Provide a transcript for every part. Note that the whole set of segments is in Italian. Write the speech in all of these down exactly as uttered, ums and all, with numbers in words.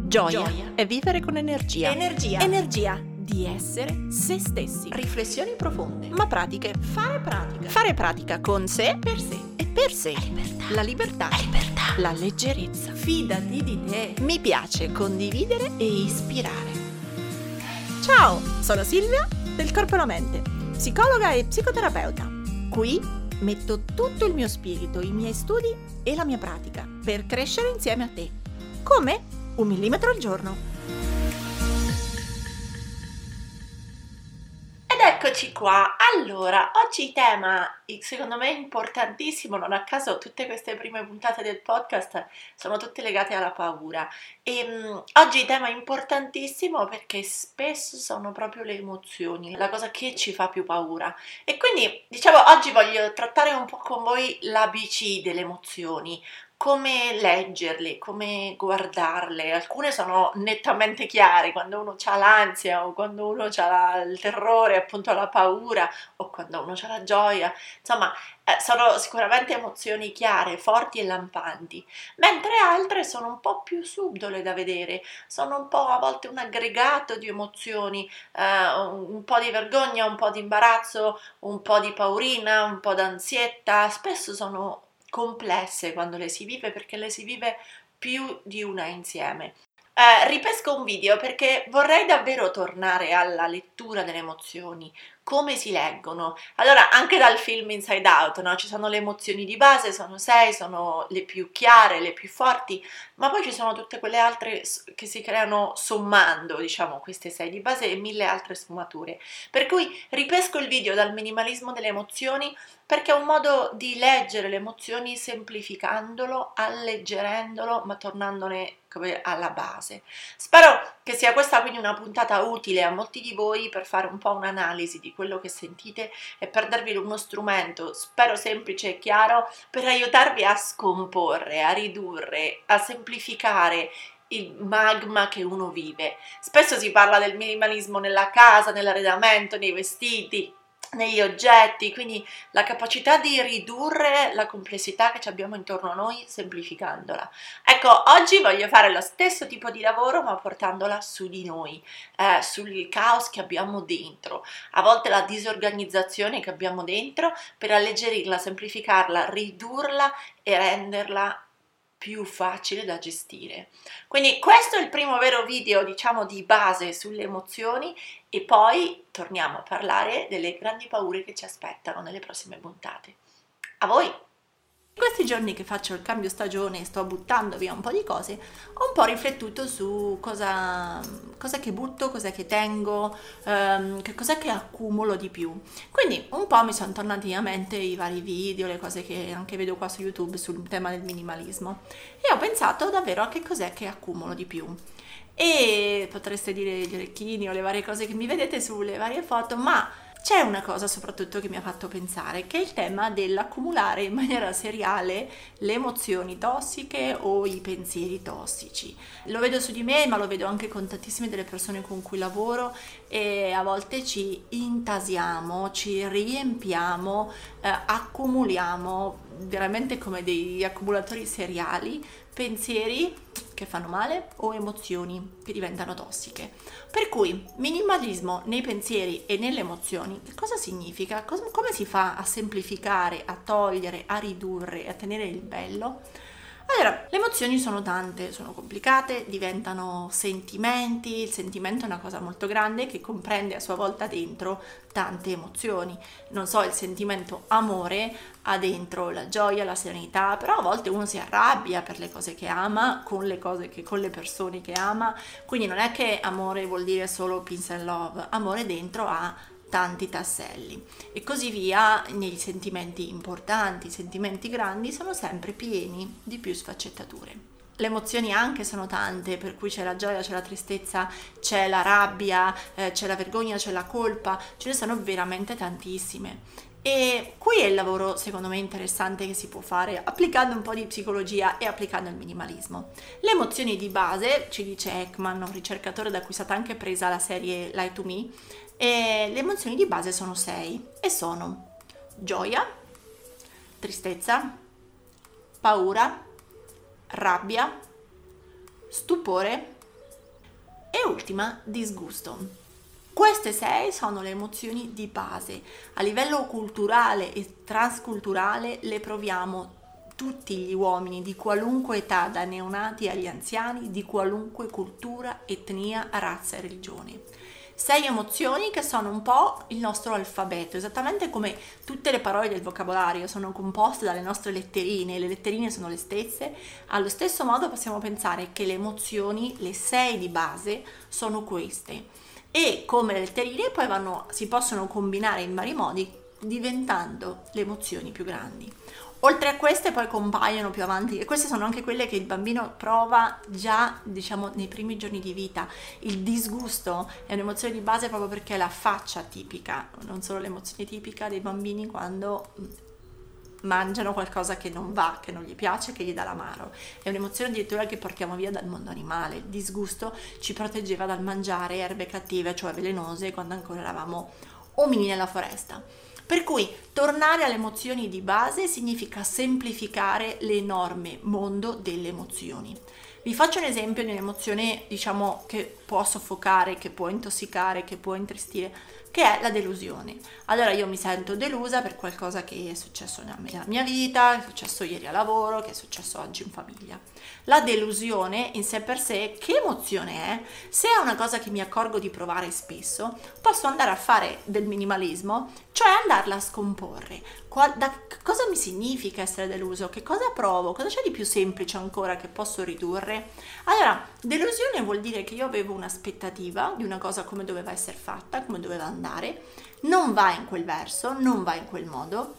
Gioia, Gioia è vivere con energia. Energia. Energia di essere se stessi. Riflessioni profonde. Ma pratiche. Fare pratica. Fare pratica con sé, per sé e per sé. La libertà. La libertà. La libertà. La leggerezza. Fidati di te. Mi piace condividere e ispirare. Ciao, sono Silvia del Corpo e la Mente, psicologa e psicoterapeuta. Qui metto tutto il mio spirito, i miei studi e la mia pratica per crescere insieme a te. Come? Un millimetro al giorno. Ed eccoci qua. Allora, oggi tema secondo me importantissimo, non a caso tutte queste prime puntate del podcast sono tutte legate alla paura. E um, oggi tema importantissimo perché spesso sono proprio le emozioni, la cosa che ci fa più paura. E quindi, diciamo, oggi voglio trattare un po' con voi l'A B C delle emozioni. Come leggerle, come guardarle. Alcune sono nettamente chiare, quando uno ha l'ansia o quando uno ha il terrore, appunto la paura, o quando uno ha la gioia. Insomma, eh, sono sicuramente emozioni chiare, forti e lampanti, mentre altre sono un po' più subdole da vedere, sono un po' a volte un aggregato di emozioni, eh, un po' di vergogna, un po' di imbarazzo, un po' di paurina, un po' d'ansietta. Spesso sono complesse quando le si vive, perché le si vive più di una insieme. Eh, ripesco un video perché vorrei davvero tornare alla lettura delle emozioni, come si leggono. Allora, anche dal film Inside Out, no? Ci sono le emozioni di base, sono sei, sono le più chiare, le più forti, ma poi ci sono tutte quelle altre che si creano sommando, diciamo, queste sei di base e mille altre sfumature. Per cui ripesco il video dal minimalismo delle emozioni, perché è un modo di leggere le emozioni semplificandolo, alleggerendolo, ma tornandone come alla base. Spero che sia questa quindi una puntata utile a molti di voi per fare un po' un'analisi di quello che sentite e per darvi uno strumento, spero semplice e chiaro, per aiutarvi a scomporre, a ridurre, a semplificare il magma che uno vive. Spesso si parla del minimalismo nella casa, nell'arredamento, nei vestiti, negli oggetti, quindi la capacità di ridurre la complessità che abbiamo intorno a noi semplificandola. Ecco, oggi voglio fare lo stesso tipo di lavoro ma portandola su di noi, eh, sul caos che abbiamo dentro, a volte la disorganizzazione che abbiamo dentro, per alleggerirla, semplificarla, ridurla e renderla più facile da gestire. Quindi questo è il primo vero video, diciamo, di base sulle emozioni, e poi torniamo a parlare delle grandi paure che ci aspettano nelle prossime puntate. A voi! In questi giorni che faccio il cambio stagione e sto buttando via un po' di cose, ho un po' riflettuto su cosa, cosa che butto, cosa che tengo, ehm, che cos'è che accumulo di più. Quindi un po' mi sono tornati a mente i vari video, le cose che anche vedo qua su YouTube sul tema del minimalismo, e ho pensato davvero a che cos'è che accumulo di più. E potreste dire gli orecchini o le varie cose che mi vedete sulle varie foto, ma c'è una cosa soprattutto che mi ha fatto pensare, che è il tema dell'accumulare in maniera seriale le emozioni tossiche o i pensieri tossici. Lo vedo su di me, ma lo vedo anche con tantissime delle persone con cui lavoro, e a volte ci intasiamo, ci riempiamo, eh, accumuliamo veramente come degli accumulatori seriali pensieri che fanno male o emozioni che diventano tossiche. Per cui minimalismo nei pensieri e nelle emozioni, che cosa significa? Cos- come si fa a semplificare, a togliere, a ridurre, a tenere il bello? Allora, le emozioni sono tante, sono complicate, diventano sentimenti. Il sentimento è una cosa molto grande che comprende a sua volta dentro tante emozioni. Non so, il sentimento amore ha dentro la gioia, la serenità, però a volte uno si arrabbia per le cose che ama, con le cose che, con le persone che ama, quindi non è che amore vuol dire solo peace and love, amore dentro ha tanti tasselli, e così via. Nei sentimenti importanti, i sentimenti grandi sono sempre pieni di più sfaccettature. Le emozioni anche sono tante, per cui c'è la gioia, c'è la tristezza, c'è la rabbia, eh, c'è la vergogna, c'è la colpa, ce ne sono veramente tantissime. E qui è il lavoro secondo me interessante che si può fare applicando un po' di psicologia e applicando il minimalismo. Le emozioni di base, ci dice Ekman, un ricercatore da cui è stata anche presa la serie Lie to Me, e le emozioni di base sono sei e sono gioia, tristezza, paura, rabbia, stupore, E ultima, disgusto. Queste sei sono le emozioni di base. A livello culturale e transculturale le proviamo tutti gli uomini di qualunque età, da neonati agli anziani, di qualunque cultura, etnia, razza e religione. Sei emozioni che sono un po' il nostro alfabeto, esattamente come tutte le parole del vocabolario sono composte dalle nostre letterine, le letterine sono le stesse. Allo stesso modo possiamo pensare che le emozioni, le sei di base, sono queste, e come le letterine poi vanno, si possono combinare in vari modi diventando le emozioni più grandi. Oltre a queste poi compaiono più avanti, e queste sono anche quelle che il bambino prova già, diciamo, nei primi giorni di vita. Il disgusto è un'emozione di base proprio perché è la faccia tipica, non solo l'emozione tipica dei bambini quando mangiano qualcosa che non va, che non gli piace, che gli dà l'amaro. È un'emozione addirittura che portiamo via dal mondo animale. Il disgusto ci proteggeva dal mangiare erbe cattive, cioè velenose, quando ancora eravamo omini nella foresta. Per cui tornare alle emozioni di base significa semplificare l'enorme mondo delle emozioni. Vi faccio un esempio di un'emozione, diciamo, che può soffocare, che può intossicare, che può intristire, che è la delusione. Allora io mi sento delusa per qualcosa che è successo nella mia vita, che è successo ieri a lavoro, che è successo oggi in famiglia. La delusione in sé per sé, che emozione è? Se è una cosa che mi accorgo di provare spesso, posso andare a fare del minimalismo, cioè andarla a scomporre. Qual, da, cosa mi significa essere deluso? Che cosa provo? Cosa c'è di più semplice ancora che posso ridurre? Allora, delusione vuol dire che io avevo un'aspettativa di una cosa come doveva essere fatta, come doveva andare, non va in quel verso, non va in quel modo,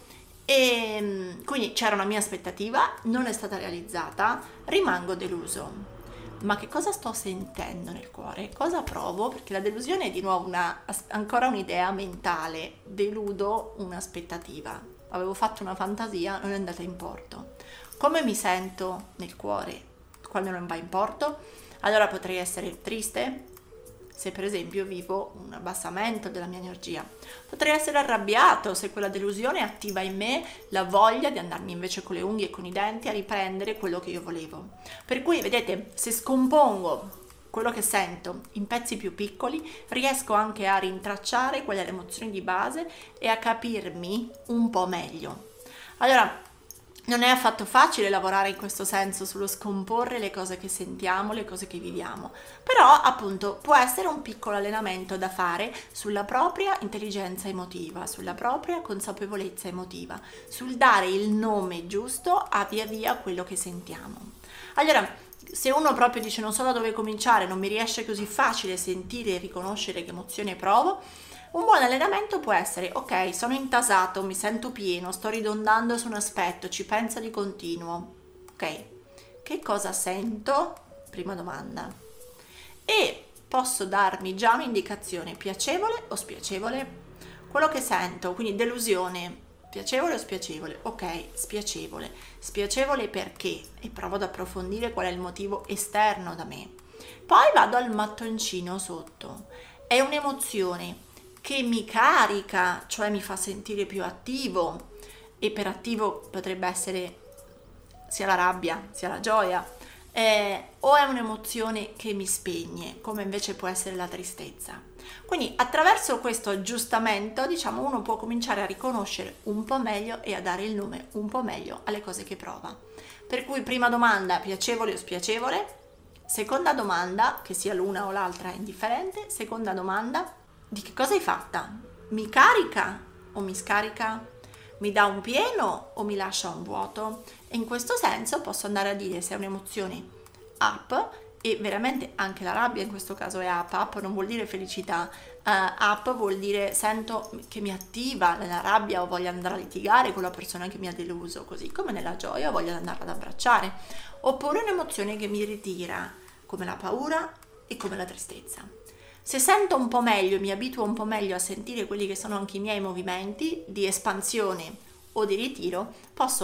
e quindi c'era una mia aspettativa, non è stata realizzata, rimango deluso. Ma che cosa sto sentendo nel cuore? Cosa provo? Perché la delusione è di nuovo una, ancora un'idea mentale. Deludo un'aspettativa. Avevo fatto una fantasia, non è andata in porto. Come mi sento nel cuore quando non va in porto? Allora potrei essere triste, se per esempio vivo un abbassamento della mia energia. Potrei essere arrabbiato se quella delusione attiva in me la voglia di andarmi invece con le unghie e con i denti a riprendere quello che io volevo. Per cui, vedete, se scompongo quello che sento in pezzi più piccoli, riesco anche a rintracciare quelle emozioni di base e a capirmi un po' meglio. Allora, non è affatto facile lavorare in questo senso, sullo scomporre le cose che sentiamo, le cose che viviamo, però appunto può essere un piccolo allenamento da fare sulla propria intelligenza emotiva, sulla propria consapevolezza emotiva, sul dare il nome giusto a via via quello che sentiamo. Allora, se uno proprio dice non so da dove cominciare, non mi riesce così facile sentire e riconoscere che emozione provo, un buon allenamento può essere: ok, sono intasato, mi sento pieno, sto ridondando su un aspetto, ci penso di continuo. Ok, che cosa sento? Prima domanda. E posso darmi già un'indicazione, piacevole o spiacevole? Quello che sento, quindi delusione, piacevole o spiacevole? Ok, spiacevole. Spiacevole perché? E provo ad approfondire qual è il motivo esterno da me. Poi vado al mattoncino sotto. È un'emozione che mi carica, cioè mi fa sentire più attivo, e per attivo potrebbe essere sia la rabbia sia la gioia, eh, o è un'emozione che mi spegne, come invece può essere la tristezza. Quindi attraverso questo aggiustamento, diciamo, uno può cominciare a riconoscere un po' meglio e a dare il nome un po' meglio alle cose che prova. Per cui prima domanda, piacevole o spiacevole? Seconda domanda, che sia l'una o l'altra è indifferente, seconda domanda: di che cosa hai fatta? Mi carica o mi scarica? Mi dà un pieno o mi lascia un vuoto? E in questo senso posso andare a dire se è un'emozione up, e veramente anche la rabbia in questo caso è up. Up non vuol dire felicità, uh, up vuol dire sento che mi attiva nella rabbia, o voglio andare a litigare con la persona che mi ha deluso, così come nella gioia voglio andare ad abbracciare. Oppure un'emozione che mi ritira, come la paura e come la tristezza. Se sento un po' meglio, mi abituo un po' meglio a sentire quelli che sono anche i miei movimenti di espansione o di ritiro, posso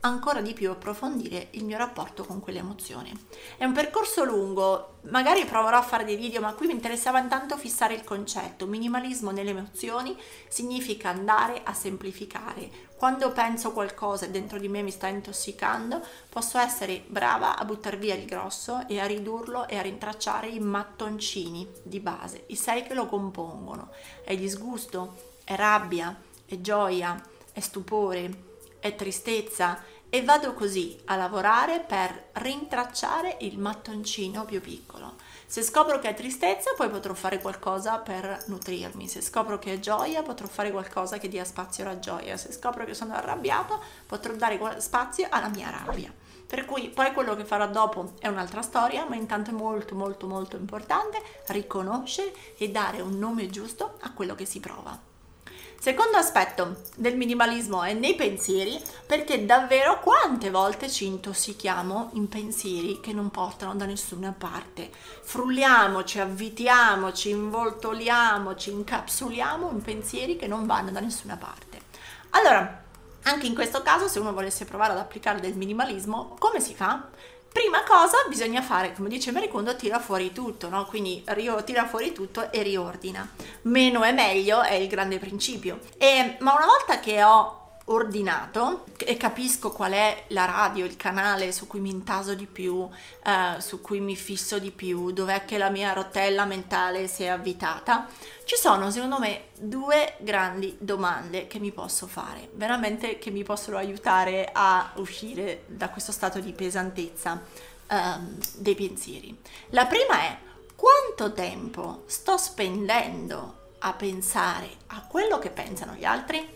ancora di più approfondire il mio rapporto con quelle emozioni. È un percorso lungo, magari proverò a fare dei video, ma qui mi interessava intanto fissare il concetto. Minimalismo nelle emozioni significa andare a semplificare. Quando penso qualcosa e dentro di me mi sta intossicando, posso essere brava a buttar via il grosso e a ridurlo e a rintracciare i mattoncini di base, i sei che lo compongono. È disgusto, è rabbia, è gioia, è stupore, è tristezza, e vado così a lavorare per rintracciare il mattoncino più piccolo. Se scopro che è tristezza, poi potrò fare qualcosa per nutrirmi. Se scopro che è gioia, potrò fare qualcosa che dia spazio alla gioia. Se scopro che sono arrabbiata, potrò dare spazio alla mia rabbia. Per cui poi quello che farò dopo è un'altra storia, ma intanto è molto molto molto importante riconoscere e dare un nome giusto a quello che si prova. Secondo aspetto del minimalismo è nei pensieri, perché davvero quante volte ci intossichiamo in pensieri che non portano da nessuna parte. Frulliamo, ci avvitiamo, ci involtoliamo, ci incapsuliamo in pensieri che non vanno da nessuna parte. Allora, anche in questo caso, se uno volesse provare ad applicare del minimalismo, come si fa? Prima cosa bisogna fare, come dice Marie Kondo, tira fuori tutto, no? Quindi rio, tira fuori tutto e riordina. Meno è meglio è il grande principio. E, ma una volta che ho ordinato e capisco qual è la radio, il canale su cui mi intaso di più, eh, su cui mi fisso di più, dov'è che la mia rotella mentale si è avvitata, ci sono secondo me due grandi domande che mi posso fare, veramente che mi possono aiutare a uscire da questo stato di pesantezza ehm, dei pensieri. La prima è: quanto tempo sto spendendo a pensare a quello che pensano gli altri?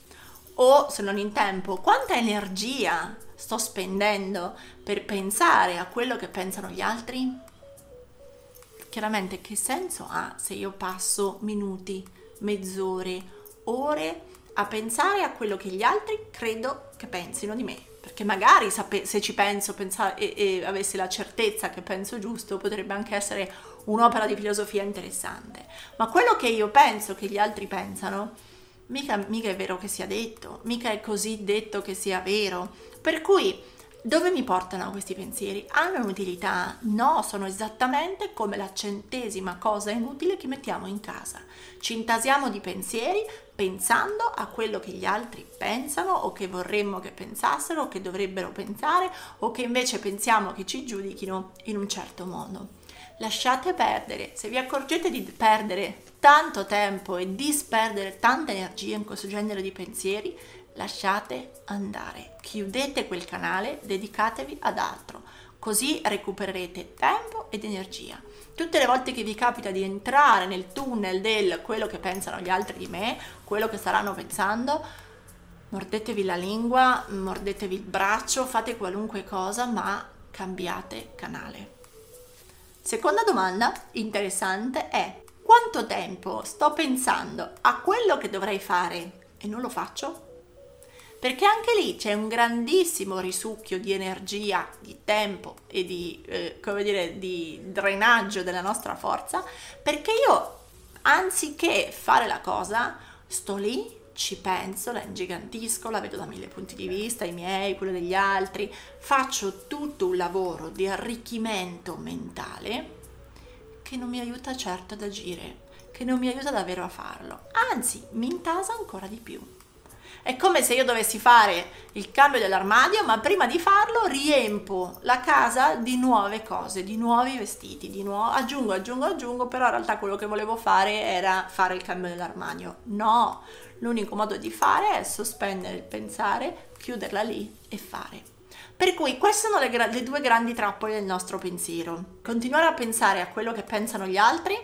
O, se non in tempo, quanta energia sto spendendo per pensare a quello che pensano gli altri? Chiaramente, che senso ha se io passo minuti, mezz'ore, ore a pensare a quello che gli altri credo che pensino di me? Perché magari se ci penso pensa, e, e avessi la certezza che penso giusto, potrebbe anche essere un'opera di filosofia interessante. Ma quello che io penso che gli altri pensano, Mica, mica è vero che sia detto, mica è così detto che sia vero. Per cui, dove mi portano questi pensieri? Hanno un'utilità? No, sono esattamente come la centesima cosa inutile che mettiamo in casa. Ci intasiamo di pensieri pensando a quello che gli altri pensano, o che vorremmo che pensassero, o che dovrebbero pensare, o che invece pensiamo che ci giudichino in un certo modo. Lasciate perdere. Se vi accorgete di perdere tanto tempo e disperdere tanta energia in questo genere di pensieri, lasciate andare. Chiudete quel canale, dedicatevi ad altro. Così recupererete tempo ed energia. Tutte le volte che vi capita di entrare nel tunnel del quello che pensano gli altri di me, quello che staranno pensando, mordetevi la lingua, mordetevi il braccio, fate qualunque cosa, ma cambiate canale. Seconda domanda interessante è: quanto tempo sto pensando a quello che dovrei fare e non lo faccio? Perché anche lì c'è un grandissimo risucchio di energia, di tempo e di, eh, come dire, di drenaggio della nostra forza, perché io, anziché fare la cosa, sto lì, ci penso, la ingigantisco, la vedo da mille punti di vista, i miei, quello degli altri, faccio tutto un lavoro di arricchimento mentale che non mi aiuta certo ad agire, che non mi aiuta davvero a farlo, anzi mi intasa ancora di più. È come se io dovessi fare il cambio dell'armadio, ma prima di farlo riempo la casa di nuove cose, di nuovi vestiti, di nuovo aggiungo, aggiungo, aggiungo, però in realtà quello che volevo fare era fare il cambio dell'armadio. No, l'unico modo di fare è sospendere il pensare, chiuderla lì e fare. Per cui queste sono le, gra- le due grandi trappole del nostro pensiero. Continuare a pensare a quello che pensano gli altri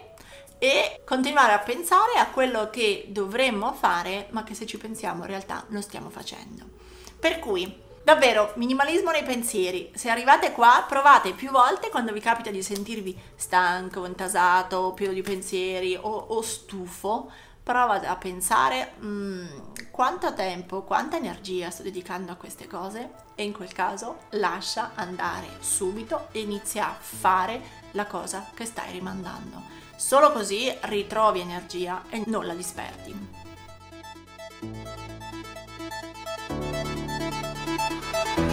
e continuare a pensare a quello che dovremmo fare, ma che se ci pensiamo in realtà non stiamo facendo. Per cui, davvero, minimalismo nei pensieri. Se arrivate qua, provate più volte, quando vi capita di sentirvi stanco, intasato, pieno di pensieri o, o stufo, prova a pensare mm, quanto tempo, quanta energia sto dedicando a queste cose, e in quel caso lascia andare subito e inizia a fare la cosa che stai rimandando. Solo così ritrovi energia e non la disperdi.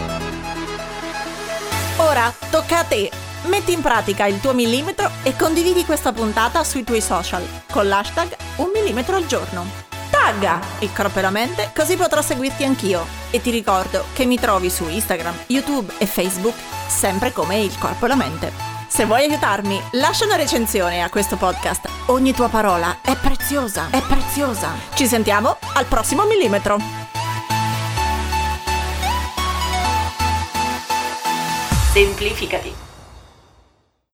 Ora tocca a te. Metti in pratica il tuo millimetro e condividi questa puntata sui tuoi social con l'hashtag un millimetro al giorno. Tagga il corpo e la mente, così potrò seguirti anch'io. E ti ricordo che mi trovi su Instagram, YouTube e Facebook sempre come il corpo e la mente. Se vuoi aiutarmi, lascia una recensione a questo podcast. Ogni tua parola è preziosa, è preziosa. Ci sentiamo al prossimo millimetro. Semplificati.